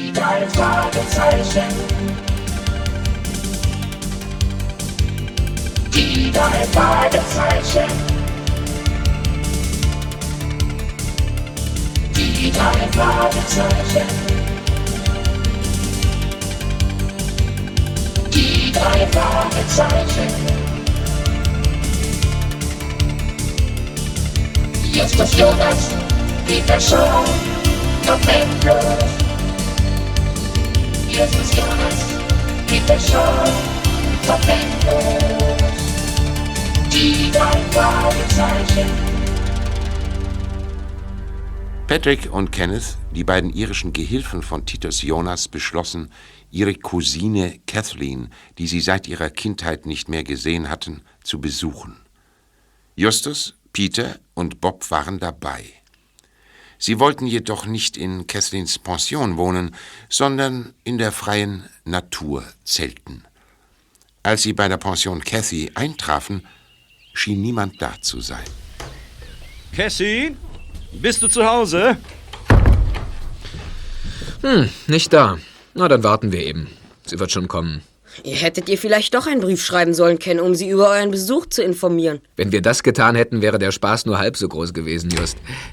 Die drei Fragezeichen. Die drei Fragezeichen. Die drei Fragezeichen. Die drei Fragezeichen. Justus Jonas, Peter Shaw, Bob Andrews. Justus Jonas, Peter Shaw, Bob Andrews. Die drei Fragezeichen. Patrick und Kenneth, die beiden irischen Gehilfen von Titus Jonas, beschlossen, ihre Cousine Kathleen, die sie seit ihrer Kindheit nicht mehr gesehen hatten, zu besuchen. Justus, Peter und Bob waren dabei. Sie wollten jedoch nicht in Kathleens Pension wohnen, sondern in der freien Natur zelten. Als sie bei der Pension Cathy eintrafen, schien niemand da zu sein. Cassie, bist du zu Hause? Nicht da. Na, dann warten wir eben. Sie wird schon kommen. Ihr hättet ihr vielleicht doch einen Brief schreiben sollen, Ken, um sie über euren Besuch zu informieren. Wenn wir das getan hätten, wäre der Spaß nur halb so groß gewesen, Just.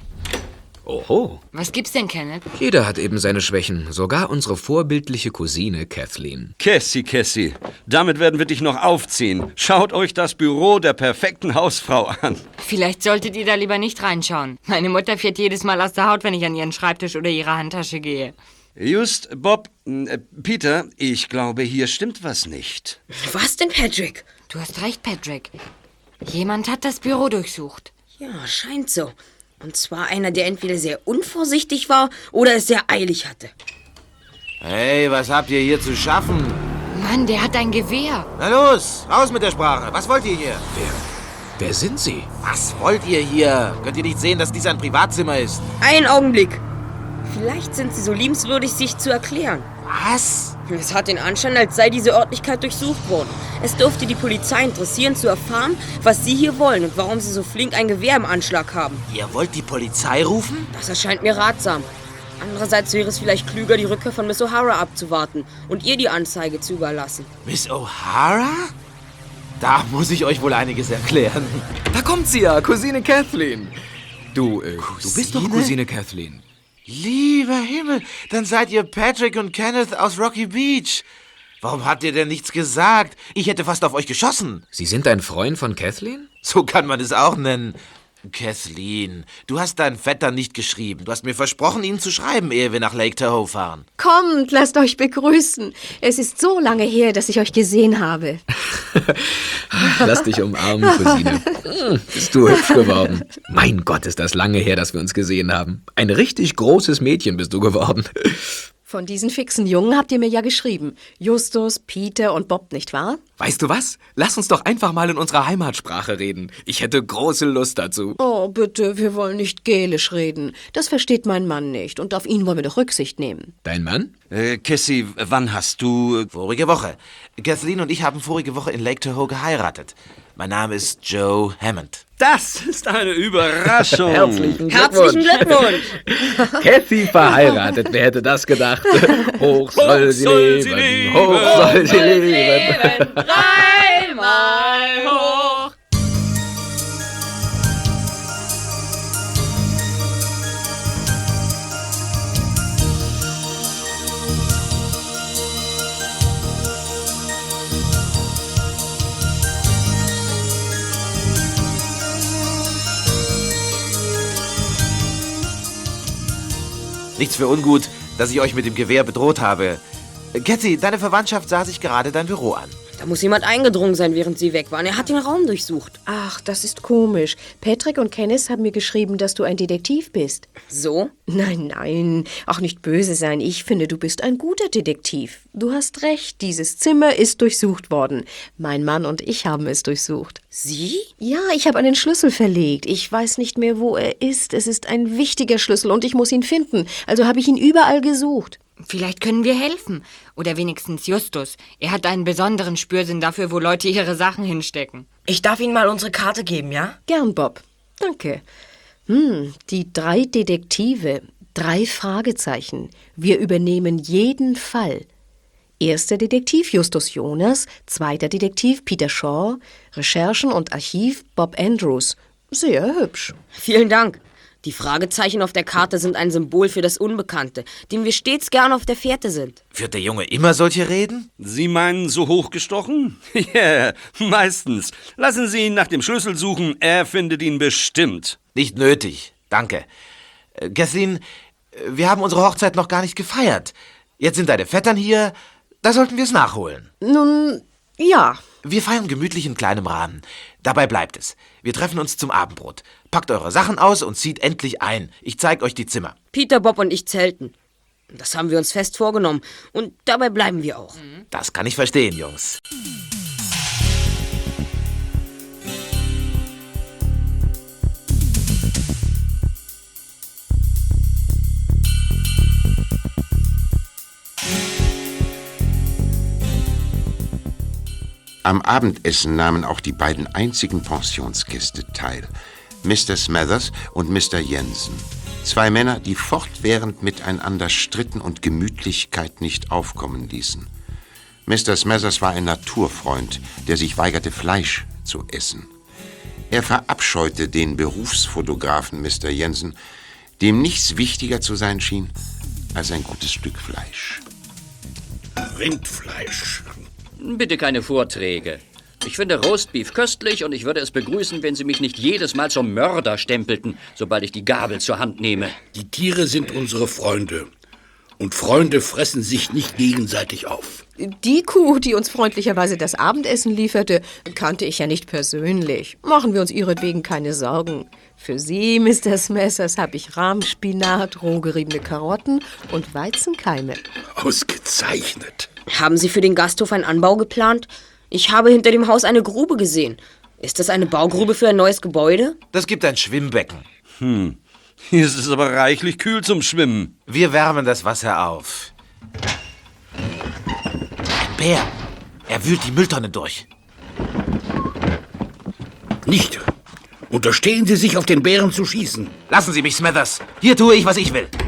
Oho. Was gibt's denn, Kenneth? Jeder hat eben seine Schwächen. Sogar unsere vorbildliche Cousine Kathleen. Cassie, damit werden wir dich noch aufziehen. Schaut euch das Büro der perfekten Hausfrau an. Vielleicht solltet ihr da lieber nicht reinschauen. Meine Mutter fährt jedes Mal aus der Haut, wenn ich an ihren Schreibtisch oder ihre Handtasche gehe. Just, Bob, Peter, ich glaube, hier stimmt was nicht. Was denn, Patrick? Du hast recht, Patrick. Jemand hat das Büro durchsucht. Ja, scheint so. Und zwar einer, der entweder sehr unvorsichtig war oder es sehr eilig hatte. Hey, was habt ihr hier zu schaffen? Mann, der hat ein Gewehr. Na los, raus mit der Sprache. Was wollt ihr hier? Wer sind Sie? Was wollt ihr hier? Könnt ihr nicht sehen, dass dies ein Privatzimmer ist? Einen Augenblick. Vielleicht sind Sie so liebenswürdig, sich zu erklären. Was? Es hat den Anschein, als sei diese Örtlichkeit durchsucht worden. Es dürfte die Polizei interessieren, zu erfahren, was Sie hier wollen und warum Sie so flink ein Gewehr im Anschlag haben. Ihr wollt die Polizei rufen? Das erscheint mir ratsam. Andererseits wäre es vielleicht klüger, die Rückkehr von Miss O'Hara abzuwarten und ihr die Anzeige zu überlassen. Miss O'Hara? Da muss ich euch wohl einiges erklären. Da kommt sie ja, Cousine Kathleen. Du bist doch Cousine Kathleen. Lieber Himmel, dann seid ihr Patrick und Kenneth aus Rocky Beach. Warum habt ihr denn nichts gesagt? Ich hätte fast auf euch geschossen. Sie sind ein Freund von Kathleen? So kann man es auch nennen. Kathleen, du hast deinen Vetter nicht geschrieben. Du hast mir versprochen, ihn zu schreiben, ehe wir nach Lake Tahoe fahren. Kommt, lasst euch begrüßen. Es ist so lange her, dass ich euch gesehen habe. Lass dich umarmen, Cousine. Bist du hübsch geworden. Mein Gott, ist das lange her, dass wir uns gesehen haben. Ein richtig großes Mädchen bist du geworden. Von diesen fixen Jungen habt ihr mir ja geschrieben. Justus, Peter und Bob, nicht wahr? Weißt du was? Lass uns doch einfach mal in unserer Heimatsprache reden. Ich hätte große Lust dazu. Oh, bitte, wir wollen nicht Gälisch reden. Das versteht mein Mann nicht und auf ihn wollen wir doch Rücksicht nehmen. Dein Mann? Cassie, wann hast du... Vorige Woche. Kathleen und ich haben vorige Woche in Lake Tahoe geheiratet. Mein Name ist Joe Hammond. Das ist eine Überraschung. Herzlichen Glückwunsch! Kathy verheiratet, wer hätte das gedacht? Hoch soll sie leben, hoch soll sie leben. Dreimal hoch. Nichts für ungut, dass ich euch mit dem Gewehr bedroht habe. Kathy, deine Verwandtschaft sah sich gerade dein Büro an. Da muss jemand eingedrungen sein, während Sie weg waren. Er hat den Raum durchsucht. Ach, das ist komisch. Patrick und Kenneth haben mir geschrieben, dass du ein Detektiv bist. So? Nein, auch nicht böse sein. Ich finde, du bist ein guter Detektiv. Du hast recht, dieses Zimmer ist durchsucht worden. Mein Mann und ich haben es durchsucht. Sie? Ja, ich habe einen Schlüssel verlegt. Ich weiß nicht mehr, wo er ist. Es ist ein wichtiger Schlüssel und ich muss ihn finden. Also habe ich ihn überall gesucht. Vielleicht können wir helfen. Oder wenigstens Justus. Er hat einen besonderen Spürsinn dafür, wo Leute ihre Sachen hinstecken. Ich darf Ihnen mal unsere Karte geben, ja? Gern, Bob. Danke. Die 3 Detektive. 3 Fragezeichen. Wir übernehmen jeden Fall. Erster Detektiv Justus Jonas, zweiter Detektiv Peter Shaw, Recherchen und Archiv Bob Andrews. Sehr hübsch. Vielen Dank. Die Fragezeichen auf der Karte sind ein Symbol für das Unbekannte, dem wir stets gern auf der Fährte sind. Führt der Junge immer solche Reden? Sie meinen so hochgestochen? Ja, meistens. Lassen Sie ihn nach dem Schlüssel suchen, er findet ihn bestimmt. Nicht nötig, danke. Kathleen, wir haben unsere Hochzeit noch gar nicht gefeiert. Jetzt sind deine Vettern hier, da sollten wir es nachholen. Nun, ja. Wir feiern gemütlich in kleinem Rahmen. Dabei bleibt es. Wir treffen uns zum Abendbrot. Packt eure Sachen aus und zieht endlich ein. Ich zeig euch die Zimmer. Peter, Bob und ich zelten. Das haben wir uns fest vorgenommen. Und dabei bleiben wir auch. Das kann ich verstehen, Jungs. Am Abendessen nahmen auch die beiden einzigen Pensionsgäste teil, Mr. Smathers und Mr. Jensen. 2 Männer, die fortwährend miteinander stritten und Gemütlichkeit nicht aufkommen ließen. Mr. Smathers war ein Naturfreund, der sich weigerte, Fleisch zu essen. Er verabscheute den Berufsfotografen Mr. Jensen, dem nichts wichtiger zu sein schien als ein gutes Stück Fleisch. Rindfleisch. Bitte keine Vorträge. Ich finde Roastbeef köstlich und ich würde es begrüßen, wenn Sie mich nicht jedes Mal zum Mörder stempelten, sobald ich die Gabel zur Hand nehme. Die Tiere sind unsere Freunde. Und Freunde fressen sich nicht gegenseitig auf. Die Kuh, die uns freundlicherweise das Abendessen lieferte, kannte ich ja nicht persönlich. Machen wir uns ihretwegen keine Sorgen. Für Sie, Mr. Smathers, habe ich Rahmspinat, rohgeriebene Karotten und Weizenkeime. Ausgezeichnet. Haben Sie für den Gasthof einen Anbau geplant? Ich habe hinter dem Haus eine Grube gesehen. Ist das eine Baugrube für ein neues Gebäude? Das gibt ein Schwimmbecken. Hier ist es aber reichlich kühl zum Schwimmen. Wir wärmen das Wasser auf. Ein Bär. Er wühlt die Mülltonne durch. Nicht. Unterstehen Sie sich, auf den Bären zu schießen. Lassen Sie mich, Smathers. Hier tue ich, was ich will.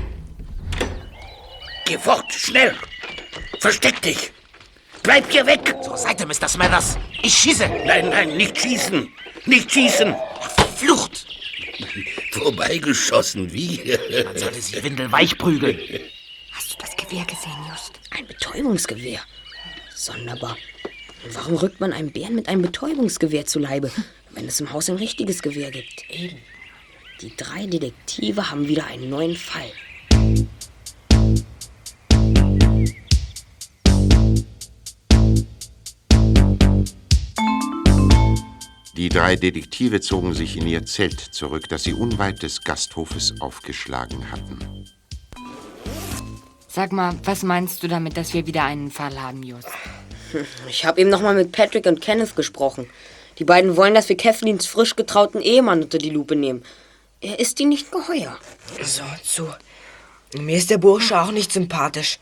Geh fort, schnell. Versteck dich. Bleib hier weg. Zur Seite, Mr. Smathers. Ich schieße. Nein, nein, nicht schießen. Nicht schießen. Flucht. Vorbeigeschossen, wie? Man sollte sie windelweich prügeln. Hast du das Gewehr gesehen, Just? Ein Betäubungsgewehr. Sonderbar. Und warum rückt man einem Bären mit einem Betäubungsgewehr zu Leibe, wenn es im Haus ein richtiges Gewehr gibt? Eben. Die 3 Detektive haben wieder einen neuen Fall. Die 3 Detektive zogen sich in ihr Zelt zurück, das sie unweit des Gasthofes aufgeschlagen hatten. Sag mal, was meinst du damit, dass wir wieder einen Fall haben, Just? Ich habe eben nochmal mit Patrick und Kenneth gesprochen. Die beiden wollen, dass wir Kathleens frisch getrauten Ehemann unter die Lupe nehmen. Er ist ihnen nicht geheuer. So, zu. Mir ist der Bursche auch nicht sympathisch.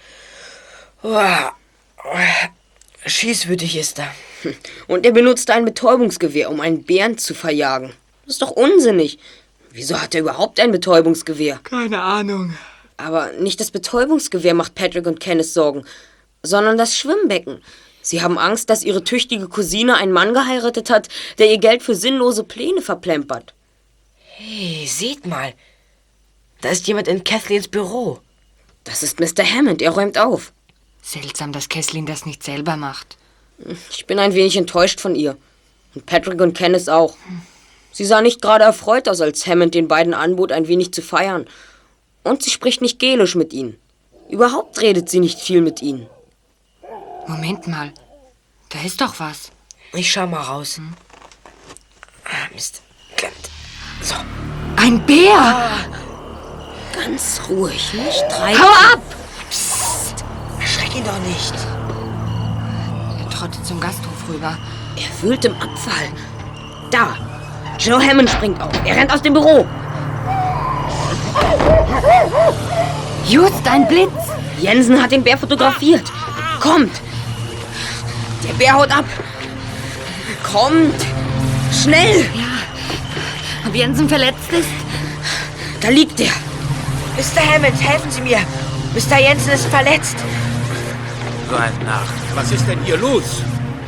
Schießwütig ist er. Und er benutzte ein Betäubungsgewehr, um einen Bären zu verjagen. Das ist doch unsinnig. Wieso hat er überhaupt ein Betäubungsgewehr? Keine Ahnung. Aber nicht das Betäubungsgewehr macht Patrick und Kenneth Sorgen, sondern das Schwimmbecken. Sie haben Angst, dass ihre tüchtige Cousine einen Mann geheiratet hat, der ihr Geld für sinnlose Pläne verplempert. Hey, seht mal. Da ist jemand in Kathleens Büro. Das ist Mr. Hammond, er räumt auf. Seltsam, dass Kathleen das nicht selber macht. Ich bin ein wenig enttäuscht von ihr. Und Patrick und Kenneth auch. Sie sah nicht gerade erfreut aus, als Hammond den beiden anbot, ein wenig zu feiern. Und sie spricht nicht gälisch mit ihnen. Überhaupt redet sie nicht viel mit ihnen. Moment mal. Da ist doch was. Ich schau mal raus. Mist. Klemmt. So. Ein Bär! Ganz ruhig, nicht treiben. Hau ab! Psst. Erschreck ihn doch nicht. Er trottet zum Gasthof rüber. Er wühlt im Abfall. Da. Joe Hammond springt auf. Er rennt aus dem Büro. Just, ein Blitz! Jensen hat den Bär fotografiert. Kommt! Der Bär haut ab. Kommt! Schnell! Ja. Ob Jensen verletzt ist? Da liegt er. Mr. Hammond, helfen Sie mir. Mr. Jensen ist verletzt. So ein Narr. Was ist denn hier los?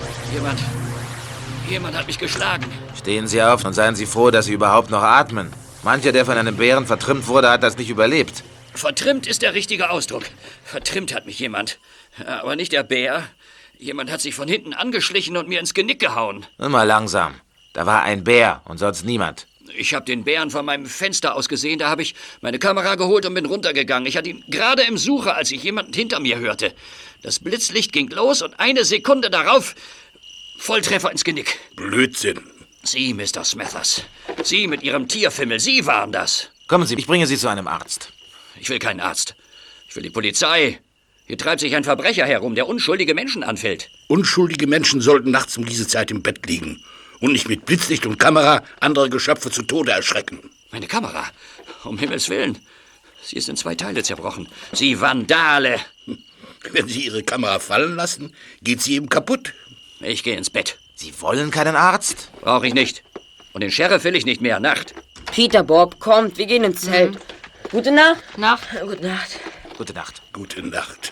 Jemand hat mich geschlagen. Stehen Sie auf und seien Sie froh, dass Sie überhaupt noch atmen. Mancher, der von einem Bären vertrimmt wurde, hat das nicht überlebt. Vertrimmt ist der richtige Ausdruck. Vertrimmt hat mich jemand. Aber nicht der Bär. Jemand hat sich von hinten angeschlichen und mir ins Genick gehauen. Nun mal langsam. Da war ein Bär und sonst niemand. Ich habe den Bären von meinem Fenster aus gesehen. Da habe ich meine Kamera geholt und bin runtergegangen. Ich hatte ihn gerade im Sucher, als ich jemanden hinter mir hörte. Das Blitzlicht ging los und eine Sekunde darauf Volltreffer ins Genick. Blödsinn. Sie, Mr. Smathers. Sie mit Ihrem Tierfimmel. Sie waren das. Kommen Sie, ich bringe Sie zu einem Arzt. Ich will keinen Arzt. Ich will die Polizei. Hier treibt sich ein Verbrecher herum, der unschuldige Menschen anfällt. Unschuldige Menschen sollten nachts um diese Zeit im Bett liegen und nicht mit Blitzlicht und Kamera andere Geschöpfe zu Tode erschrecken. Meine Kamera? Um Himmels Willen. Sie ist in 2 Teile zerbrochen. Sie Vandale. Wenn Sie Ihre Kamera fallen lassen, geht sie eben kaputt. Ich gehe ins Bett. Sie wollen keinen Arzt? Brauche ich nicht. Und den Sheriff will ich nicht mehr. Nacht. Peter, Bob, kommt, wir gehen ins Zelt. Gute Nacht. Gute Nacht. Gute Nacht. Gute Nacht.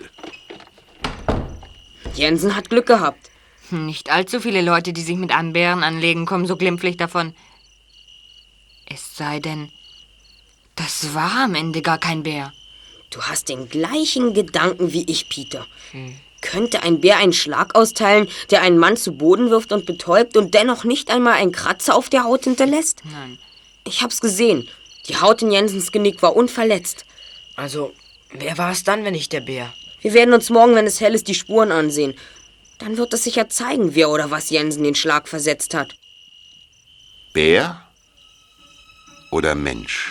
Jensen hat Glück gehabt. Nicht allzu viele Leute, die sich mit einem Bären anlegen, kommen so glimpflich davon. Es sei denn, das war am Ende gar kein Bär. Du hast den gleichen Gedanken wie ich, Peter. Könnte ein Bär einen Schlag austeilen, der einen Mann zu Boden wirft und betäubt und dennoch nicht einmal einen Kratzer auf der Haut hinterlässt? Nein. Ich hab's gesehen. Die Haut in Jensens Genick war unverletzt. Also, wer war es dann, wenn nicht der Bär? Wir werden uns morgen, wenn es hell ist, die Spuren ansehen. Dann wird es sicher zeigen, wer oder was Jensen den Schlag versetzt hat. Bär oder Mensch?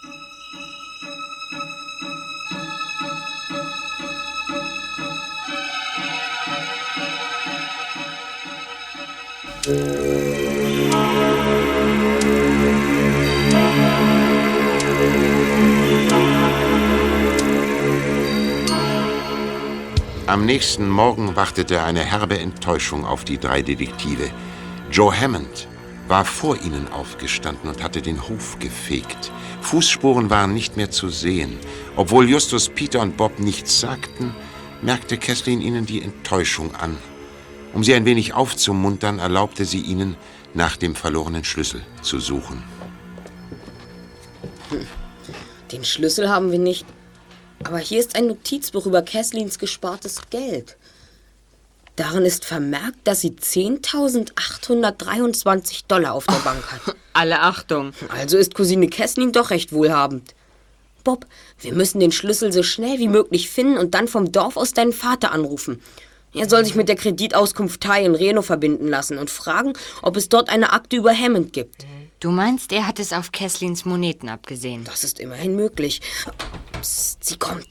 Am nächsten Morgen wartete eine herbe Enttäuschung auf die 3 Detektive. Joe Hammond war vor ihnen aufgestanden und hatte den Hof gefegt. Fußspuren waren nicht mehr zu sehen. Obwohl Justus, Peter und Bob nichts sagten, merkte Kathleen ihnen die Enttäuschung an. Um sie ein wenig aufzumuntern, erlaubte sie ihnen, nach dem verlorenen Schlüssel zu suchen. Den Schlüssel haben wir nicht. Aber hier ist ein Notizbuch über Kathleens gespartes Geld. Darin ist vermerkt, dass sie $10.823 auf der Bank hat. Alle Achtung. Also ist Cousine Kathleen doch recht wohlhabend. Bob, wir müssen den Schlüssel so schnell wie möglich finden und dann vom Dorf aus deinen Vater anrufen. Er soll sich mit der Kreditauskunft Thai in Reno verbinden lassen und fragen, ob es dort eine Akte über Hammond gibt. Du meinst, er hat es auf Kathleens Moneten abgesehen? Das ist immerhin möglich. Psst, sie kommt.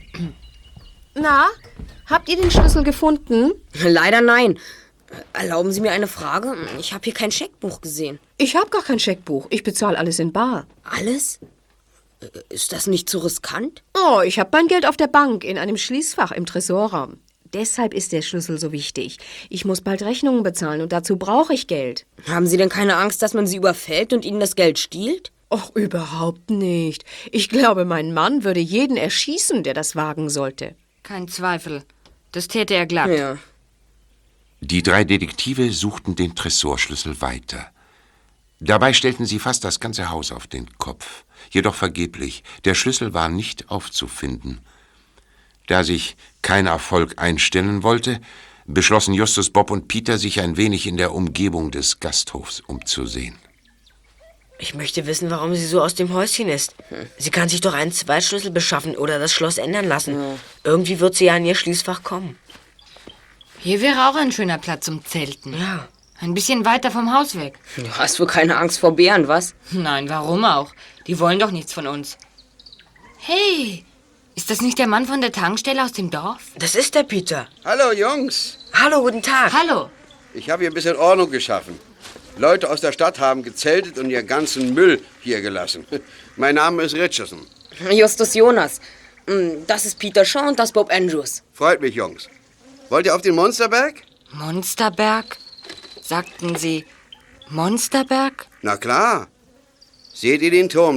Na, habt ihr den Schlüssel gefunden? Leider nein. Erlauben Sie mir eine Frage? Ich habe hier kein Scheckbuch gesehen. Ich habe gar kein Scheckbuch. Ich bezahle alles in bar. Alles? Ist das nicht zu riskant? Oh, ich habe mein Geld auf der Bank in einem Schließfach im Tresorraum. Deshalb ist der Schlüssel so wichtig. Ich muss bald Rechnungen bezahlen und dazu brauche ich Geld. Haben Sie denn keine Angst, dass man Sie überfällt und Ihnen das Geld stiehlt? Och, überhaupt nicht. Ich glaube, mein Mann würde jeden erschießen, der das wagen sollte. Kein Zweifel. Das täte er glatt. Ja. Die 3 Detektive suchten den Tresorschlüssel weiter. Dabei stellten sie fast das ganze Haus auf den Kopf. Jedoch vergeblich. Der Schlüssel war nicht aufzufinden. Da sich kein Erfolg einstellen wollte, beschlossen Justus, Bob und Peter, sich ein wenig in der Umgebung des Gasthofs umzusehen. Ich möchte wissen, warum sie so aus dem Häuschen ist. Sie kann sich doch einen Zweitschlüssel beschaffen oder das Schloss ändern lassen. Irgendwie wird sie ja in ihr Schließfach kommen. Hier wäre auch ein schöner Platz zum Zelten. Ja. Ein bisschen weiter vom Haus weg. Du hast wohl keine Angst vor Bären, was? Nein, warum auch? Die wollen doch nichts von uns. Hey, ist das nicht der Mann von der Tankstelle aus dem Dorf? Das ist der Peter. Hallo Jungs, Hallo, guten Tag. Hallo. ich habe hier ein bisschen Ordnung geschaffen. Leute aus der Stadt haben gezeltet und ihren ganzen Müll hier gelassen. Mein Name ist Richardson. Justus Jonas. Das ist Peter Shaw und das Bob Andrews. Freut mich, Jungs. Wollt ihr auf den Monsterberg? Monsterberg? Sagten Sie Monsterberg? Na klar. Seht ihr den Turm dort?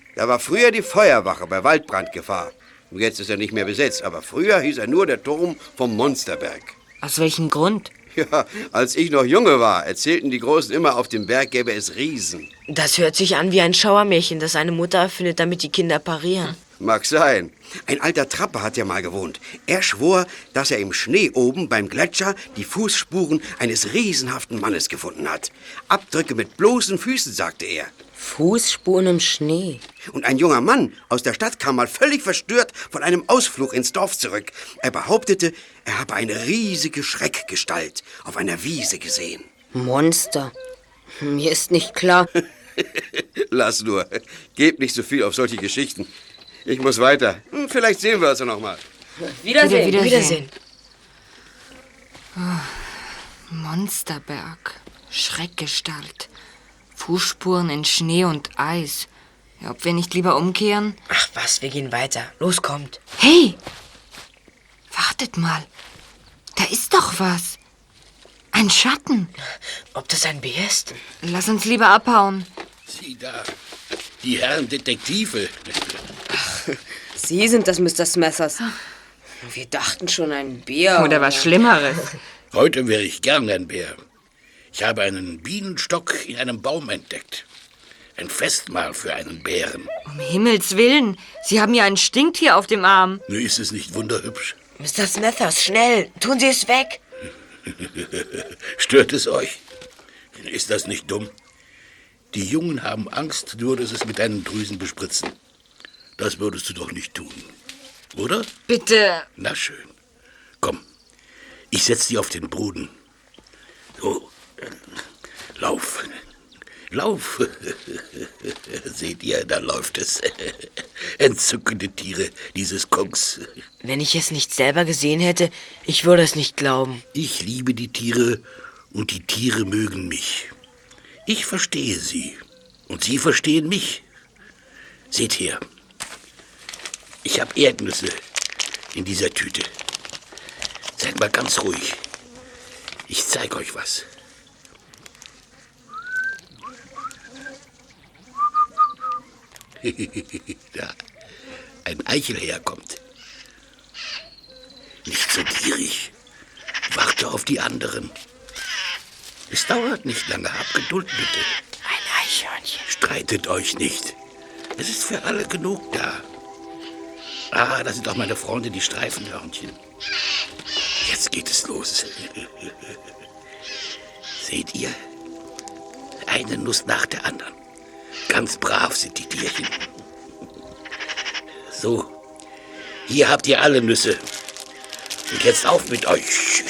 Da war früher die Feuerwache bei Waldbrandgefahr. Jetzt ist er nicht mehr besetzt, aber früher hieß er nur der Turm vom Monsterberg. Aus welchem Grund? Ja, als ich noch Junge war, erzählten die Großen immer, auf dem Berg gäbe es Riesen. Das hört sich an wie ein Schauermärchen, das eine Mutter erfindet, damit die Kinder parieren. Mag sein. Ein alter Trapper hat ja mal gewohnt. Er schwor, dass er im Schnee oben beim Gletscher die Fußspuren eines riesenhaften Mannes gefunden hat. Abdrücke mit bloßen Füßen, sagte er. Fußspuren im Schnee. Und ein junger Mann aus der Stadt kam mal völlig verstört von einem Ausflug ins Dorf zurück. Er behauptete, er habe eine riesige Schreckgestalt auf einer Wiese gesehen. Monster. Mir ist nicht klar. Lass nur. Gebt nicht so viel auf solche Geschichten. Ich muss weiter. Vielleicht sehen wir uns ja noch mal. Wiedersehen. Oh, Monsterberg. Schreckgestalt. Fußspuren in Schnee und Eis. Ja, ob wir nicht lieber umkehren? Ach was, wir gehen weiter. Los, kommt. Hey! Wartet mal. Da ist doch was. Ein Schatten. Ob das ein Bär ist? Lass uns lieber abhauen. Sieh da, die Herren Detektive. Sie sind das, Mr. Smethers. Wir dachten schon ein Bär. Oder was Schlimmeres. Heute wäre ich gern ein Bär. Ich habe einen Bienenstock in einem Baum entdeckt. Ein Festmahl für einen Bären. Um Himmels Willen. Sie haben ja ein Stinktier auf dem Arm. Nur ist es nicht wunderhübsch. Mr. Smethers, schnell, tun Sie es weg. Stört es euch? Ist das nicht dumm? Die Jungen haben Angst, du würdest es mit deinen Drüsen bespritzen. Das würdest du doch nicht tun, oder? Bitte. Na schön. Komm, ich setz dich auf den Boden. So, lauf. Lauf. Seht ihr, da läuft es. Entzückende Tiere, dieses Kongs. Wenn ich es nicht selber gesehen hätte, ich würde es nicht glauben. Ich liebe die Tiere und die Tiere mögen mich. Ich verstehe sie und sie verstehen mich. Seht her, ich habe Erdnüsse in dieser Tüte. Seid mal ganz ruhig. Ich zeige euch was. Da, ein Eichel herkommt. Nicht so gierig. Warte auf die anderen. Es dauert nicht lange. Habt Geduld, bitte. Ein Eichhörnchen. Streitet euch nicht. Es ist für alle genug da. Ah, das sind auch meine Freunde, die Streifenhörnchen. Jetzt geht es los. Seht ihr? Eine Nuss nach der anderen. Ganz brav sind die Tierchen. So, hier habt ihr alle Nüsse. Und jetzt auf mit euch.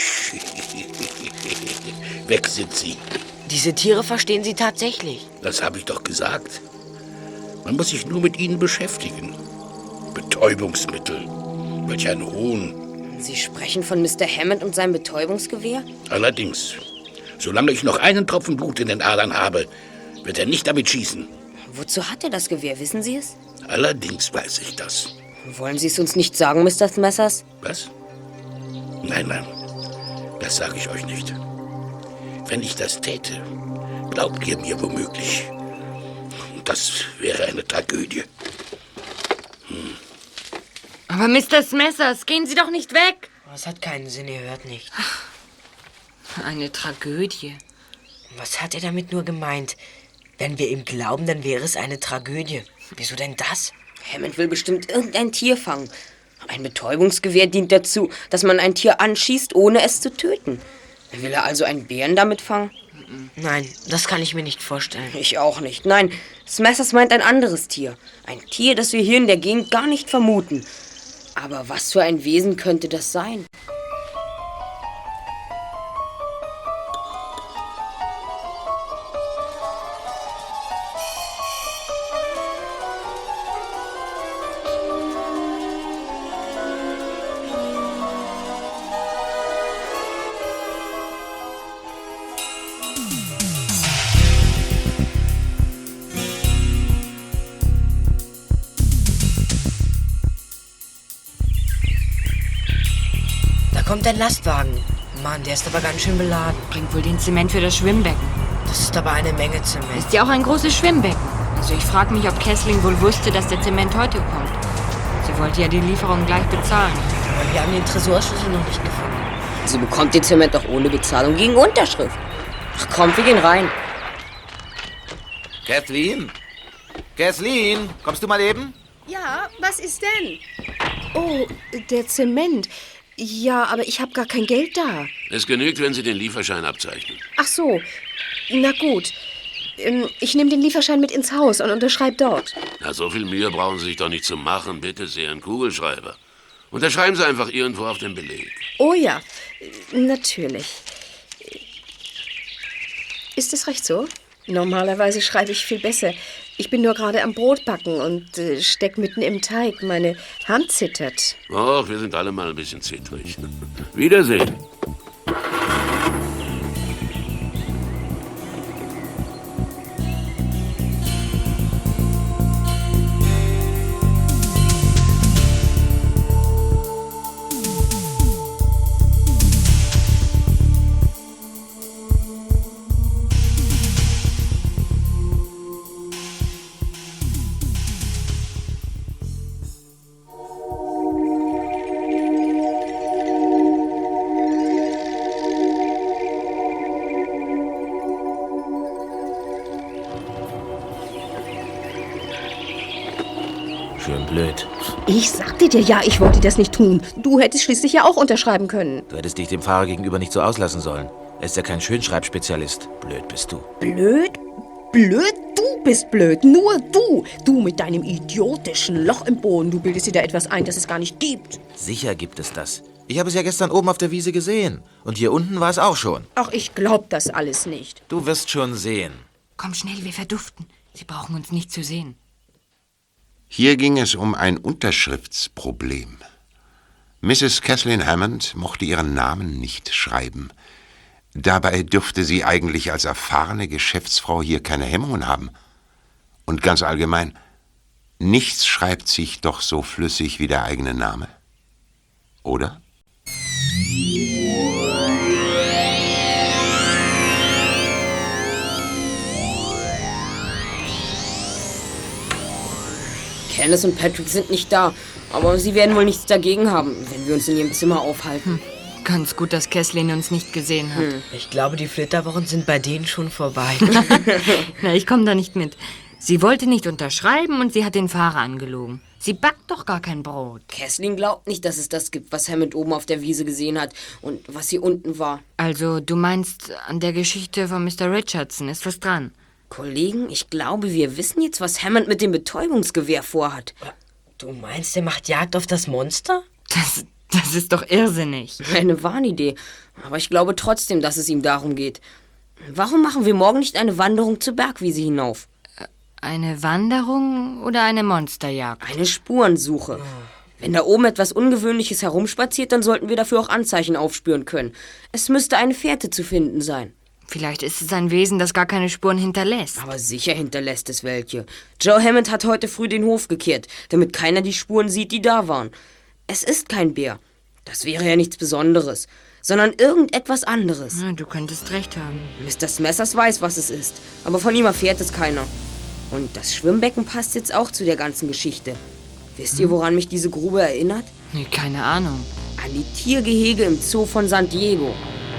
Weg sind sie. Diese Tiere verstehen Sie tatsächlich. Das habe ich doch gesagt. Man muss sich nur mit ihnen beschäftigen. Betäubungsmittel. Welch ein Hohn. Sie sprechen von Mr. Hammond und seinem Betäubungsgewehr? Allerdings. Solange ich noch einen Tropfen Blut in den Adern habe, wird er nicht damit schießen. Wozu hat er das Gewehr, wissen Sie es? Allerdings weiß ich das. Wollen Sie es uns nicht sagen, Mr. Smethers? Was? Nein, das sage ich euch nicht. Wenn ich das täte, glaubt ihr mir womöglich. Das wäre eine Tragödie. Aber Mr. Smethers, gehen Sie doch nicht weg. Das hat keinen Sinn, ihr hört nicht. Eine Tragödie. Was hat er damit nur gemeint? Wenn wir ihm glauben, dann wäre es eine Tragödie. Wieso denn das? Hammond will bestimmt irgendein Tier fangen. Ein Betäubungsgewehr dient dazu, dass man ein Tier anschießt, ohne es zu töten. Will er also einen Bären damit fangen? Nein, das kann ich mir nicht vorstellen. Ich auch nicht. Nein, Smethers meint ein anderes Tier. Ein Tier, das wir hier in der Gegend gar nicht vermuten. Aber was für ein Wesen könnte das sein? Kommt ein Lastwagen. Mann, der ist aber ganz schön beladen. Bringt wohl den Zement für das Schwimmbecken. Das ist aber eine Menge Zement. Ist ja auch ein großes Schwimmbecken. Also ich frage mich, ob Kessling wohl wusste, dass der Zement heute kommt. Sie wollte ja die Lieferung gleich bezahlen. Aber wir haben den Tresorschlüssel noch nicht gefunden. Sie bekommt den Zement doch ohne Bezahlung gegen Unterschrift. Ach komm, wir gehen rein. Kathleen? Kathleen, kommst du mal eben? Ja, was ist denn? Oh, der Zement. Ja, aber ich habe gar kein Geld da. Es genügt, wenn Sie den Lieferschein abzeichnen. Ach so, na gut. Ich nehme den Lieferschein mit ins Haus und unterschreibe dort. Na, so viel Mühe brauchen Sie sich doch nicht zu machen. Bitte sehr, einen Kugelschreiber. Unterschreiben Sie einfach irgendwo auf den Beleg. Oh ja, natürlich. Ist es recht so? Normalerweise schreibe ich viel besser. Ich bin nur gerade am Brotbacken und steck mitten im Teig. Meine Hand zittert. Och, wir sind alle mal ein bisschen zittrig. Wiedersehen. Schön blöd. Ich sagte dir ja, ich wollte das nicht tun. Du hättest schließlich ja auch unterschreiben können. Du hättest dich dem Fahrer gegenüber nicht so auslassen sollen. Er ist ja kein Schönschreibspezialist. Blöd bist du. Blöd? Blöd? Du bist blöd. Nur du. Du mit deinem idiotischen Loch im Boden. Du bildest dir da etwas ein, das es gar nicht gibt. Sicher gibt es das. Ich habe es ja gestern oben auf der Wiese gesehen. Und hier unten war es auch schon. Ach, ich glaub das alles nicht. Du wirst schon sehen. Komm schnell, wir verduften. Sie brauchen uns nicht zu sehen. Hier ging es um ein Unterschriftsproblem. Mrs. Kathleen Hammond mochte ihren Namen nicht schreiben. Dabei dürfte sie eigentlich als erfahrene Geschäftsfrau hier keine Hemmungen haben. Und ganz allgemein, nichts schreibt sich doch so flüssig wie der eigene Name. Oder? Kenneth und Patrick sind nicht da, aber sie werden wohl nichts dagegen haben, wenn wir uns in ihrem Zimmer aufhalten. Ganz gut, dass Kessling uns nicht gesehen hat. Ich glaube, die Flitterwochen sind bei denen schon vorbei. Na, ich komme da nicht mit. Sie wollte nicht unterschreiben und sie hat den Fahrer angelogen. Sie backt doch gar kein Brot. Kessling glaubt nicht, dass es das gibt, was Hammond oben auf der Wiese gesehen hat und was hier unten war. Also, du meinst, an der Geschichte von Mr. Richardson ist was dran? Kollegen, ich glaube, wir wissen jetzt, was Hammond mit dem Betäubungsgewehr vorhat. Du meinst, er macht Jagd auf das Monster? Das ist doch irrsinnig. Eine Wahnidee. Aber ich glaube trotzdem, dass es ihm darum geht. Warum machen wir morgen nicht eine Wanderung zur Bergwiese hinauf? Eine Wanderung oder eine Monsterjagd? Eine Spurensuche. Wenn da oben etwas Ungewöhnliches herumspaziert, dann sollten wir dafür auch Anzeichen aufspüren können. Es müsste eine Fährte zu finden sein. Vielleicht ist es ein Wesen, das gar keine Spuren hinterlässt. Aber sicher hinterlässt es welche. Joe Hammond hat heute früh den Hof gekehrt, damit keiner die Spuren sieht, die da waren. Es ist kein Bär. Das wäre ja nichts Besonderes, sondern irgendetwas anderes. Ja, du könntest recht haben. Mr. Smethers weiß, was es ist, aber von ihm erfährt es keiner. Und das Schwimmbecken passt jetzt auch zu der ganzen Geschichte. Wisst ihr, woran mich diese Grube erinnert? Nee, keine Ahnung. An die Tiergehege im Zoo von San Diego.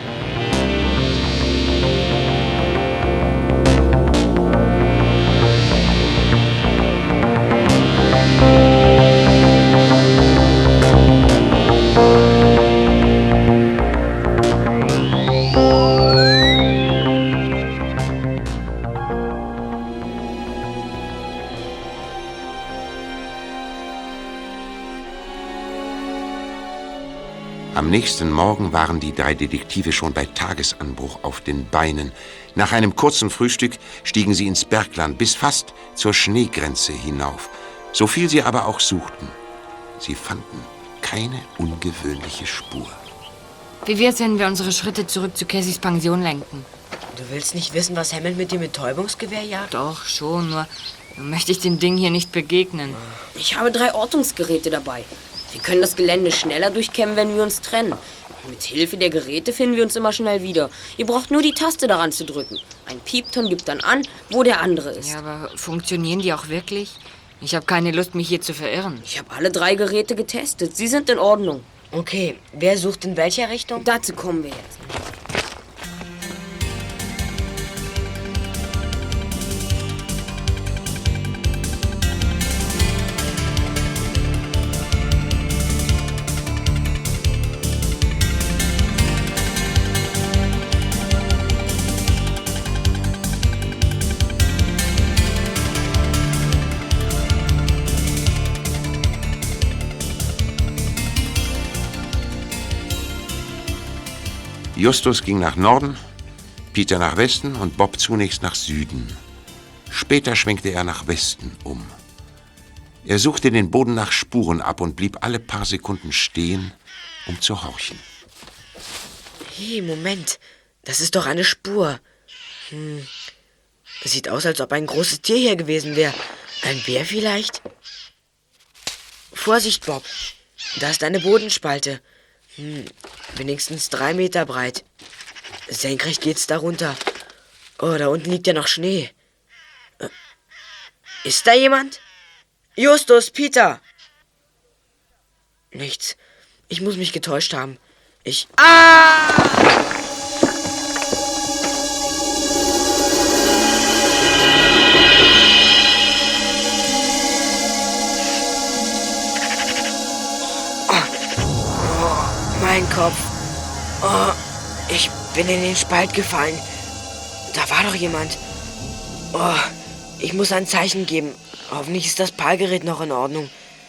Am nächsten Morgen waren die 3 Detektive schon bei Tagesanbruch auf den Beinen. Nach einem kurzen Frühstück stiegen sie ins Bergland bis fast zur Schneegrenze hinauf. So viel sie aber auch suchten. Sie fanden keine ungewöhnliche Spur. Wie wär's, wenn wir unsere Schritte zurück zu Cassys Pension lenken? Du willst nicht wissen, was Hammond mit dem Betäubungsgewehr jagt? Doch, schon, nur möchte ich dem Ding hier nicht begegnen. Ich habe 3 Ortungsgeräte dabei. Wir können das Gelände schneller durchkämmen, wenn wir uns trennen. Mit Hilfe der Geräte finden wir uns immer schnell wieder. Ihr braucht nur die Taste daran zu drücken. Ein Piepton gibt dann an, wo der andere ist. Ja, aber funktionieren die auch wirklich? Ich habe keine Lust, mich hier zu verirren. Ich habe alle 3 Geräte getestet. Sie sind in Ordnung. Okay, wer sucht in welcher Richtung? Dazu kommen wir jetzt. Justus ging nach Norden, Peter nach Westen und Bob zunächst nach Süden. Später schwenkte er nach Westen um. Er suchte den Boden nach Spuren ab und blieb alle paar Sekunden stehen, um zu horchen. Hey, Moment. Das ist doch eine Spur. Sieht aus, als ob ein großes Tier hier gewesen wäre. Ein Bär vielleicht? Vorsicht, Bob. Da ist eine Bodenspalte. Wenigstens 3 Meter breit. Senkrecht geht's da runter. Oh, da unten liegt ja noch Schnee. Ist da jemand? Justus, Peter! Nichts. Ich muss mich getäuscht haben. Mein Kopf. Oh, ich bin in den Spalt gefallen. Da war doch jemand. Oh, ich muss ein Zeichen geben. Hoffentlich ist das PAL-Gerät noch in Ordnung.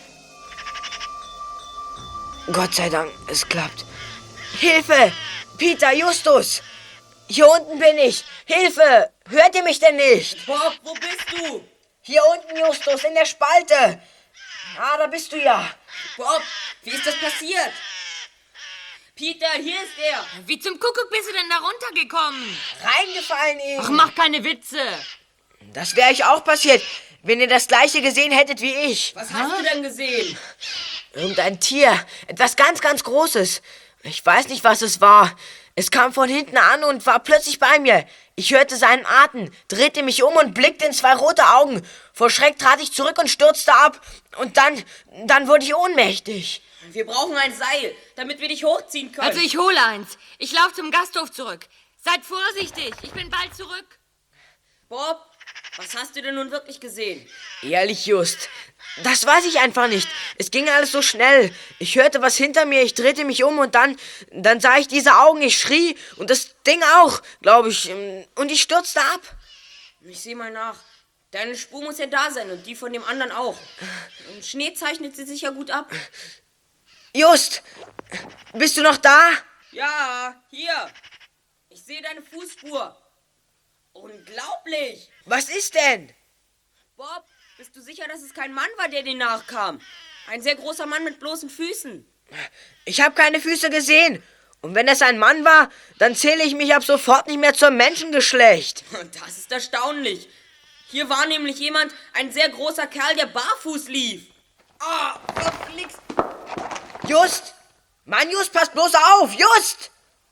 Gott sei Dank, es klappt. Hilfe! Peter, Justus! Hier unten bin ich! Hilfe! Hört ihr mich denn nicht? Bob, wo bist du? Hier unten, Justus, in der Spalte! Ah, da bist du ja! Bob, wie ist das passiert? Peter, hier ist er! Wie zum Kuckuck bist du denn da runtergekommen? Reingefallen eben! Ach, mach keine Witze! Das wäre euch auch passiert, wenn ihr das gleiche gesehen hättet wie ich. Was hast du denn gesehen? Irgendein Tier. Etwas ganz, ganz Großes. Ich weiß nicht, was es war. Es kam von hinten an und war plötzlich bei mir. Ich hörte seinen Atem, drehte mich um und blickte in 2 rote Augen. Vor Schreck trat ich zurück und stürzte ab. Und dann wurde ich ohnmächtig. Wir brauchen ein Seil, damit wir dich hochziehen können. Also ich hole eins. Ich laufe zum Gasthof zurück. Seid vorsichtig, ich bin bald zurück. Bob, was hast du denn nun wirklich gesehen? Ehrlich, Just, das weiß ich einfach nicht. Es ging alles so schnell. Ich hörte was hinter mir, ich drehte mich um und dann sah ich diese Augen, ich schrie und das Ding auch, glaube ich, und ich stürzte ab. Ich sehe mal nach. Deine Spur muss ja da sein und die von dem anderen auch. Im Schnee zeichnet sie sich ja gut ab. Just, bist du noch da? Ja, hier. Ich sehe deine Fußspur. Unglaublich. Was ist denn? Bob, bist du sicher, dass es kein Mann war, der dir nachkam? Ein sehr großer Mann mit bloßen Füßen. Ich habe keine Füße gesehen. Und wenn es ein Mann war, dann zähle ich mich ab sofort nicht mehr zum Menschengeschlecht. Das ist erstaunlich. Hier war nämlich jemand, ein sehr großer Kerl, der barfuß lief. Ah, verflixt. Just! Mann, Just, pass bloß auf! Just!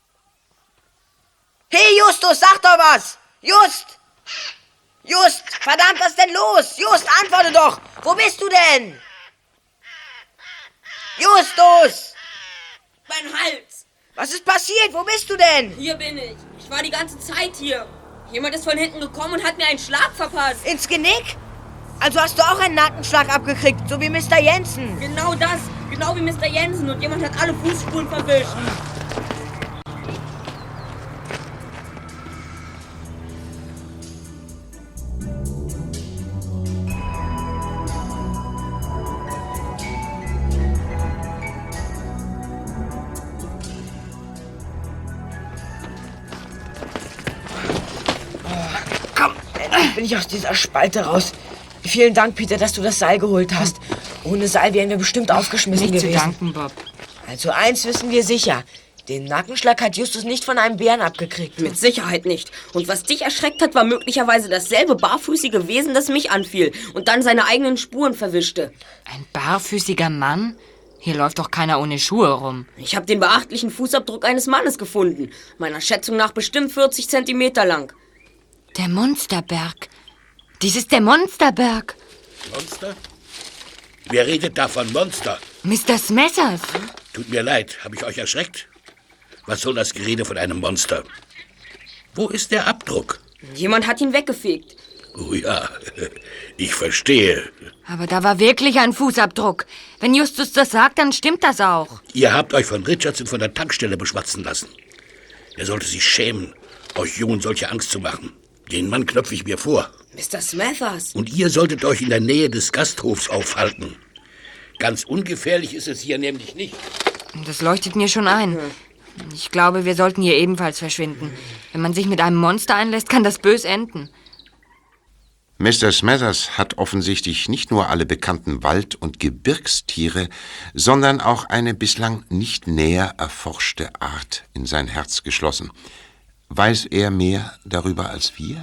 Hey, Justus, sag doch was! Just! Just! Verdammt, was ist denn los? Just, antworte doch! Wo bist du denn? Justus! Mein Hals! Was ist passiert? Wo bist du denn? Hier bin ich. Ich war die ganze Zeit hier. Jemand ist von hinten gekommen und hat mir einen Schlag verpasst. Ins Genick? Also hast du auch einen Nackenschlag abgekriegt, so wie Mr. Jensen. Genau das. Genau wie Mr. Jensen. Und jemand hat alle Fußspuren verwischt. Komm, endlich bin ich aus dieser Spalte raus. Vielen Dank, Peter, dass du das Seil geholt hast. Ohne Seil wären wir bestimmt aufgeschmissen Nicht gewesen. zu danken, Bob. Also eins wissen wir sicher. Den Nackenschlag hat Justus nicht von einem Bären abgekriegt. Mit Sicherheit nicht. Und was dich erschreckt hat, war möglicherweise dasselbe barfüßige Wesen, das mich anfiel und dann seine eigenen Spuren verwischte. Ein barfüßiger Mann? Hier läuft doch keiner ohne Schuhe rum. Ich habe den beachtlichen Fußabdruck eines Mannes gefunden. Meiner Schätzung nach bestimmt 40 Zentimeter lang. Der Monsterberg. Dies ist der Monsterberg. Monster? Wer redet da von Monster? Mr. Smethers. Tut mir leid, habe ich euch erschreckt? Was soll das Gerede von einem Monster? Wo ist der Abdruck? Jemand hat ihn weggefegt. Oh ja, ich verstehe. Aber da war wirklich ein Fußabdruck. Wenn Justus das sagt, dann stimmt das auch. Ihr habt euch von Richardson von der Tankstelle beschwatzen lassen. Er sollte sich schämen, euch Jungen solche Angst zu machen. Den Mann knöpfe ich mir vor. Mr. Smethers. Und ihr solltet euch in der Nähe des Gasthofs aufhalten. Ganz ungefährlich ist es hier nämlich nicht. Das leuchtet mir schon ein. Ich glaube, wir sollten hier ebenfalls verschwinden. Wenn man sich mit einem Monster einlässt, kann das bös enden. Mr. Smethers hat offensichtlich nicht nur alle bekannten Wald- und Gebirgstiere, sondern auch eine bislang nicht näher erforschte Art in sein Herz geschlossen. Weiß er mehr darüber als wir?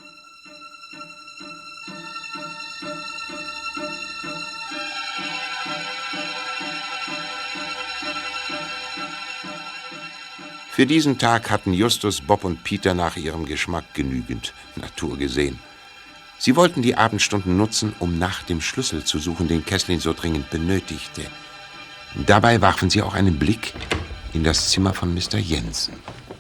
Für diesen Tag hatten Justus, Bob und Peter nach ihrem Geschmack genügend Natur gesehen. Sie wollten die Abendstunden nutzen, um nach dem Schlüssel zu suchen, den Kathleen so dringend benötigte. Dabei warfen sie auch einen Blick in das Zimmer von Mr. Jensen.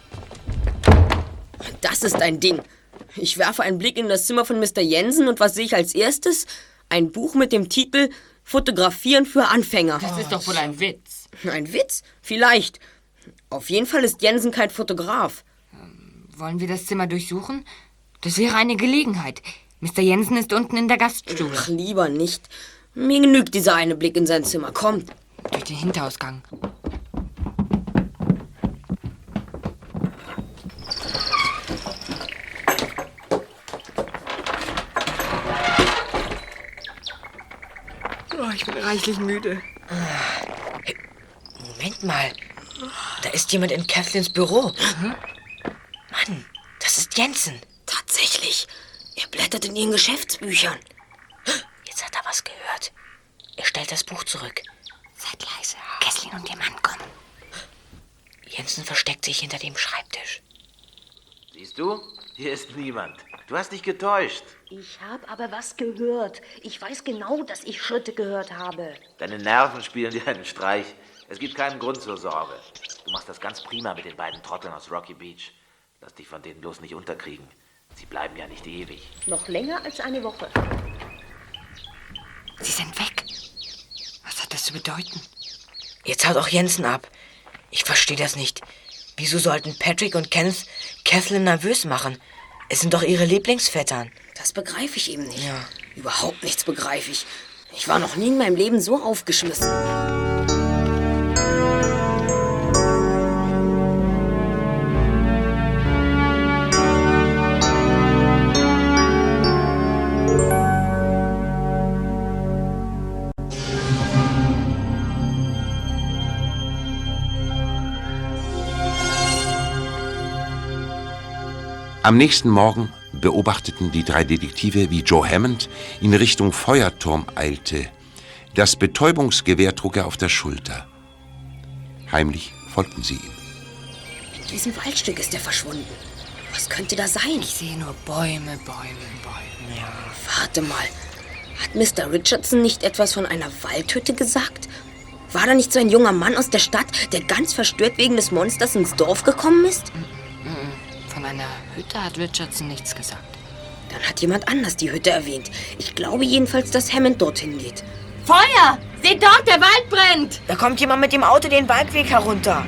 Das ist ein Ding. Ich werfe einen Blick in das Zimmer von Mr. Jensen und was sehe ich als erstes? Ein Buch mit dem Titel Fotografieren für Anfänger. Das ist doch wohl ein Witz. Ein Witz? Vielleicht. Auf jeden Fall ist Jensen kein Fotograf. Wollen wir das Zimmer durchsuchen? Das wäre eine Gelegenheit. Mr. Jensen ist unten in der Gaststube. Ach, lieber nicht. Mir genügt dieser eine Blick in sein Zimmer. Kommt. Durch den Hinterausgang. Oh, ich bin reichlich müde. Moment mal. Da ist jemand in Kathleens Büro. Mann, das ist Jensen. Tatsächlich. Er blättert in ihren Geschäftsbüchern. Jetzt hat er was gehört. Er stellt das Buch zurück. Seid leise. Kathleen und ihr Mann kommen. Jensen versteckt sich hinter dem Schreibtisch. Siehst du? Hier ist niemand. Du hast dich getäuscht. Ich habe aber was gehört. Ich weiß genau, dass ich Schritte gehört habe. Deine Nerven spielen dir einen Streich. Es gibt keinen Grund zur Sorge. Du machst das ganz prima mit den beiden Trotteln aus Rocky Beach. Lass dich von denen bloß nicht unterkriegen. Sie bleiben ja nicht ewig. Noch länger als eine Woche. Sie sind weg. Was hat das zu bedeuten? Jetzt haut auch Jensen ab. Ich verstehe das nicht. Wieso sollten Patrick und Kenneth Kathleen nervös machen? Es sind doch ihre Lieblingsvettern. Das begreife ich eben nicht. Ja. Überhaupt nichts begreife ich. Ich war noch nie in meinem Leben so aufgeschmissen. Am nächsten Morgen beobachteten die drei Detektive, wie Joe Hammond in Richtung Feuerturm eilte. Das Betäubungsgewehr trug er auf der Schulter. Heimlich folgten sie ihm. In diesem Waldstück ist er verschwunden. Was könnte da sein? Ich sehe nur Bäume, Bäume, Bäume. Ja, warte mal. Hat Mr. Richardson nicht etwas von einer Waldhütte gesagt? War da nicht so ein junger Mann aus der Stadt, der ganz verstört wegen des Monsters ins Dorf gekommen ist? Von einer Hütte hat Richardson nichts gesagt. Dann hat jemand anders die Hütte erwähnt. Ich glaube jedenfalls, dass Hammond dorthin geht. Feuer! Seht dort, der Wald brennt! Da kommt jemand mit dem Auto den Waldweg herunter.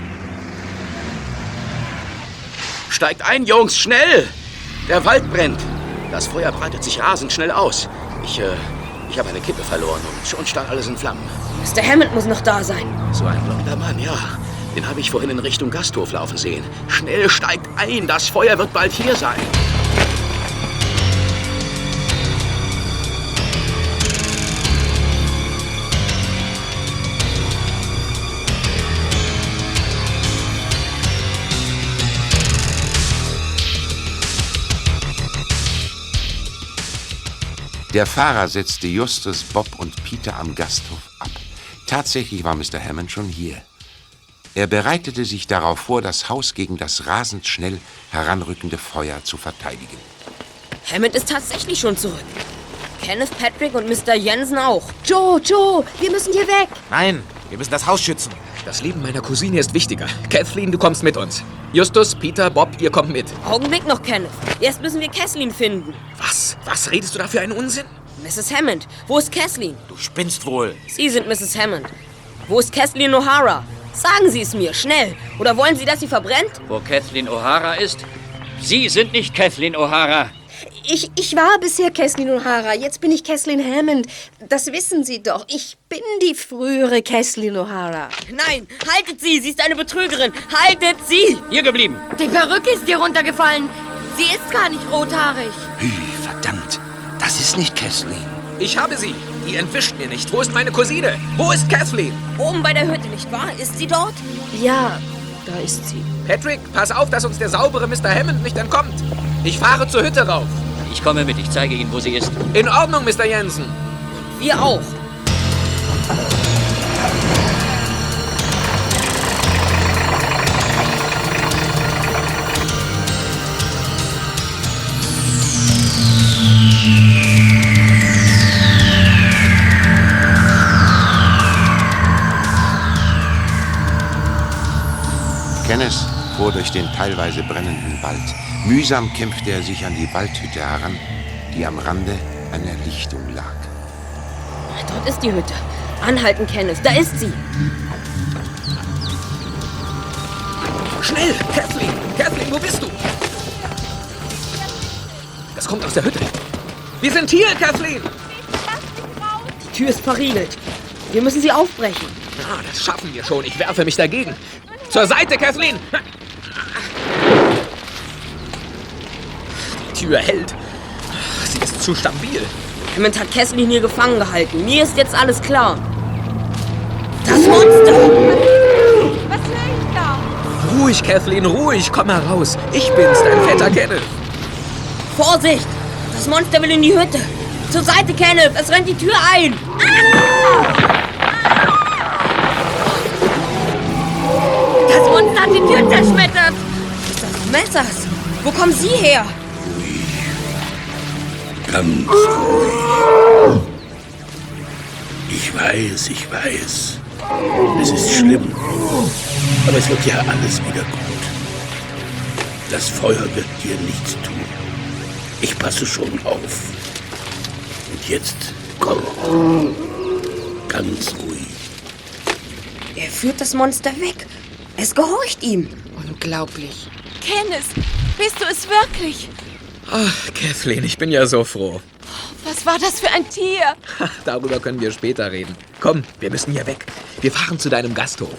Steigt ein, Jungs, schnell! Der Wald brennt. Das Feuer breitet sich rasend schnell aus. Ich habe eine Kippe verloren und schon stand alles in Flammen. Mr. Hammond muss noch da sein. So ein blonder Mann, ja. Den habe ich vorhin in Richtung Gasthof laufen sehen. Schnell, steigt ein, das Feuer wird bald hier sein. Der Fahrer setzte Justus, Bob und Peter am Gasthof ab. Tatsächlich war Mr. Hammond schon hier. Er bereitete sich darauf vor, das Haus gegen das rasend schnell heranrückende Feuer zu verteidigen. Hammond ist tatsächlich schon zurück. Kenneth, Patrick und Mr. Jensen auch. Joe, wir müssen hier weg. Nein, wir müssen das Haus schützen. Das Leben meiner Cousine ist wichtiger. Kathleen, du kommst mit uns. Justus, Peter, Bob, ihr kommt mit. Augenblick noch, Kenneth. Erst müssen wir Kathleen finden. Was? Was redest du da für einen Unsinn? Mrs. Hammond, wo ist Kathleen? Du spinnst wohl. Sie sind Mrs. Hammond. Wo ist Kathleen O'Hara? Sagen Sie es mir, schnell. Oder wollen Sie, dass sie verbrennt? Wo Kathleen O'Hara ist? Sie sind nicht Kathleen O'Hara. Ich war bisher Kathleen O'Hara, jetzt bin ich Kathleen Hammond. Das wissen Sie doch. Ich bin die frühere Kathleen O'Hara. Nein, haltet sie! Sie ist eine Betrügerin! Haltet sie! Hier geblieben! Die Perücke ist dir runtergefallen. Sie ist gar nicht rothaarig. Verdammt, das ist nicht Kathleen. Ich habe sie. Die entwischt mir nicht. Wo ist meine Cousine? Wo ist Kathleen? Oben bei der Hütte, nicht wahr? Ist sie dort? Ja, da ist sie. Patrick, pass auf, dass uns der saubere Mr. Hammond nicht entkommt. Ich fahre zur Hütte rauf. Ich komme mit, ich zeige Ihnen, wo sie ist. In Ordnung, Mr. Jensen. Wir auch. Kenneth fuhr durch den teilweise brennenden Wald. Mühsam kämpfte er sich an die Waldhütte heran, die am Rande einer Lichtung lag. Dort ist die Hütte. Anhalten, Kenneth. Da ist sie. Schnell, Kathleen! Kathleen, wo bist du? Das kommt aus der Hütte. Wir sind hier, Kathleen! Die Tür ist verriegelt. Wir müssen sie aufbrechen. Ah, das schaffen wir schon. Ich werfe mich dagegen. Zur Seite, Kathleen! Die Tür hält. Sie ist zu stabil. Hammond hat Kathleen hier gefangen gehalten. Mir ist jetzt alles klar. Das Monster! Was höre ich da? Ruhig, Kathleen, ruhig. Komm heraus. Ich bin's, dein Vetter Kenneth. Vorsicht! Das Monster will in die Hütte. Zur Seite, Kenneth! Es rennt die Tür ein! Das Monster hat die Tür zerschmettert. Ist das Messers? Wo kommen Sie her? Ganz ruhig. Ich weiß. Es ist schlimm. Aber es wird ja alles wieder gut. Das Feuer wird dir nichts tun. Ich passe schon auf. Und jetzt komm. Ganz ruhig. Er führt das Monster weg. Es gehorcht ihm. Unglaublich. Kenneth, bist du es wirklich? Ach, Kathleen, ich bin ja so froh. Was war das für ein Tier? Darüber können wir später reden. Komm, wir müssen hier weg. Wir fahren zu deinem Gasthof.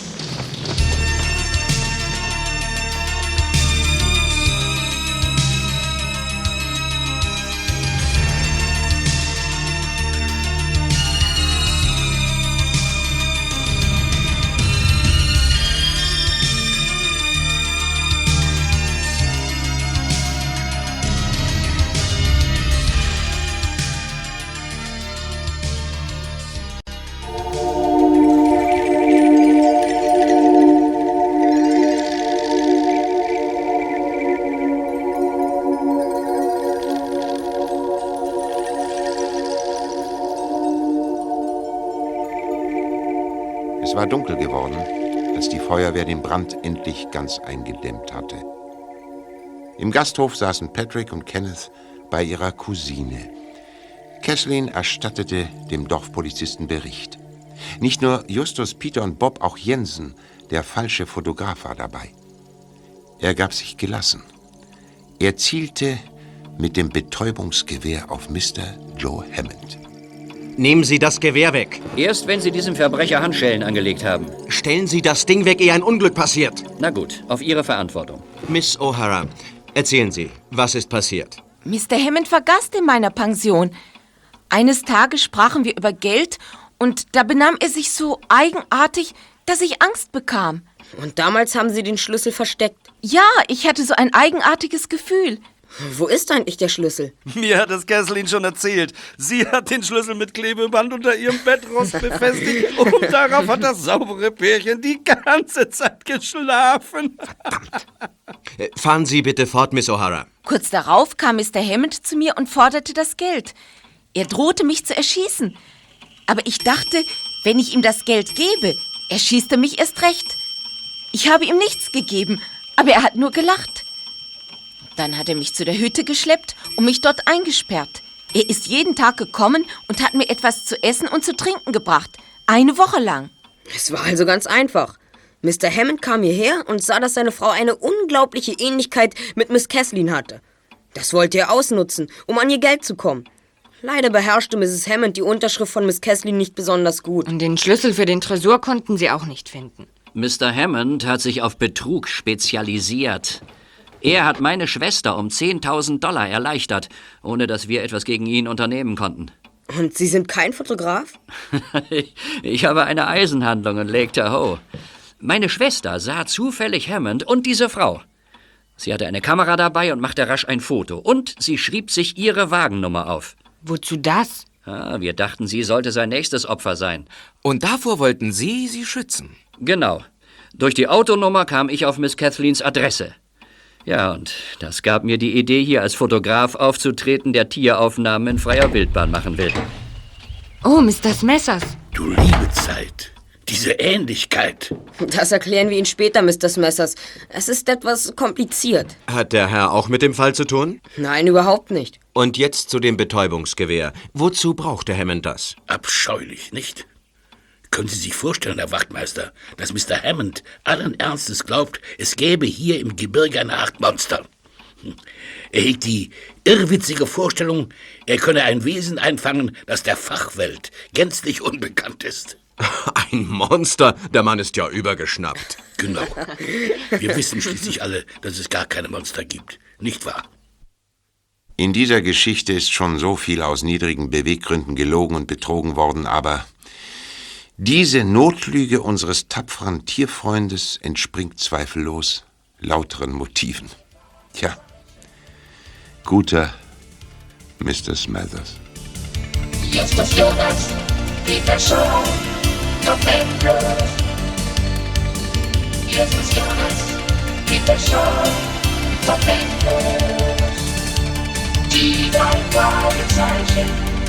Es war dunkel geworden, als die Feuerwehr den Brand endlich ganz eingedämmt hatte. Im Gasthof saßen Patrick und Kenneth bei ihrer Cousine. Kathleen erstattete dem Dorfpolizisten Bericht. Nicht nur Justus, Peter und Bob, auch Jensen, der falsche Fotograf, war dabei. Er gab sich gelassen. Er zielte mit dem Betäubungsgewehr auf Mr. Joe Hammond. Nehmen Sie das Gewehr weg. Erst wenn Sie diesem Verbrecher Handschellen angelegt haben. Stellen Sie das Ding weg, ehe ein Unglück passiert. Na gut, auf Ihre Verantwortung. Miss O'Hara, erzählen Sie, was ist passiert? Mr. Hammond vergaß in meiner Pension. Eines Tages sprachen wir über Geld und da benahm er sich so eigenartig, dass ich Angst bekam. Und damals haben Sie den Schlüssel versteckt? Ja, ich hatte so ein eigenartiges Gefühl. Wo ist eigentlich der Schlüssel? Mir hat es Kathleen schon erzählt. Sie hat den Schlüssel mit Klebeband unter ihrem Bettrost befestigt und darauf hat das saubere Pärchen die ganze Zeit geschlafen. Fahren Sie bitte fort, Miss O'Hara. Kurz darauf kam Mr. Hammond zu mir und forderte das Geld. Er drohte mich zu erschießen. Aber ich dachte, wenn ich ihm das Geld gebe, erschießt er mich erst recht. Ich habe ihm nichts gegeben, aber er hat nur gelacht. Dann hat er mich zu der Hütte geschleppt und mich dort eingesperrt. Er ist jeden Tag gekommen und hat mir etwas zu essen und zu trinken gebracht. 1 Woche lang. Es war also ganz einfach. Mr. Hammond kam hierher und sah, dass seine Frau eine unglaubliche Ähnlichkeit mit Miss Kathleen hatte. Das wollte er ausnutzen, um an ihr Geld zu kommen. Leider beherrschte Mrs. Hammond die Unterschrift von Miss Kathleen nicht besonders gut. Und den Schlüssel für den Tresor konnten sie auch nicht finden. Mr. Hammond hat sich auf Betrug spezialisiert. Er hat meine Schwester um $10.000 erleichtert, ohne dass wir etwas gegen ihn unternehmen konnten. Und Sie sind kein Fotograf? Ich habe eine Eisenhandlung in Lake Tahoe. Meine Schwester sah zufällig Hammond und diese Frau. Sie hatte eine Kamera dabei und machte rasch ein Foto. Und sie schrieb sich ihre Wagennummer auf. Wozu das? Wir dachten, sie sollte sein nächstes Opfer sein. Und davor wollten Sie sie schützen? Genau. Durch die Autonummer kam ich auf Miss Kathleens Adresse. Ja, und das gab mir die Idee, hier als Fotograf aufzutreten, der Tieraufnahmen in freier Wildbahn machen will. Oh, Mr. Smethers. Du liebe Zeit. Diese Ähnlichkeit. Das erklären wir Ihnen später, Mr. Smethers. Es ist etwas kompliziert. Hat der Herr auch mit dem Fall zu tun? Nein, überhaupt nicht. Und jetzt zu dem Betäubungsgewehr. Wozu brauchte Hammond das? Abscheulich, nicht? Können Sie sich vorstellen, Herr Wachtmeister, dass Mr. Hammond allen Ernstes glaubt, es gäbe hier im Gebirge eine Art Monster? Er hegt die irrwitzige Vorstellung, er könne ein Wesen einfangen, das der Fachwelt gänzlich unbekannt ist. Ein Monster? Der Mann ist ja übergeschnappt. Genau. Wir wissen schließlich alle, dass es gar keine Monster gibt. Nicht wahr? In dieser Geschichte ist schon so viel aus niedrigen Beweggründen gelogen und betrogen worden, aber diese Notlüge unseres tapferen Tierfreundes entspringt zweifellos lauteren Motiven. Tja, guter Mr. Smethers. Jetzt ist Jonas, die Person, Torpedos. Jetzt ist Jonas, die Person, Torpedos. Die drei Fragezeichen.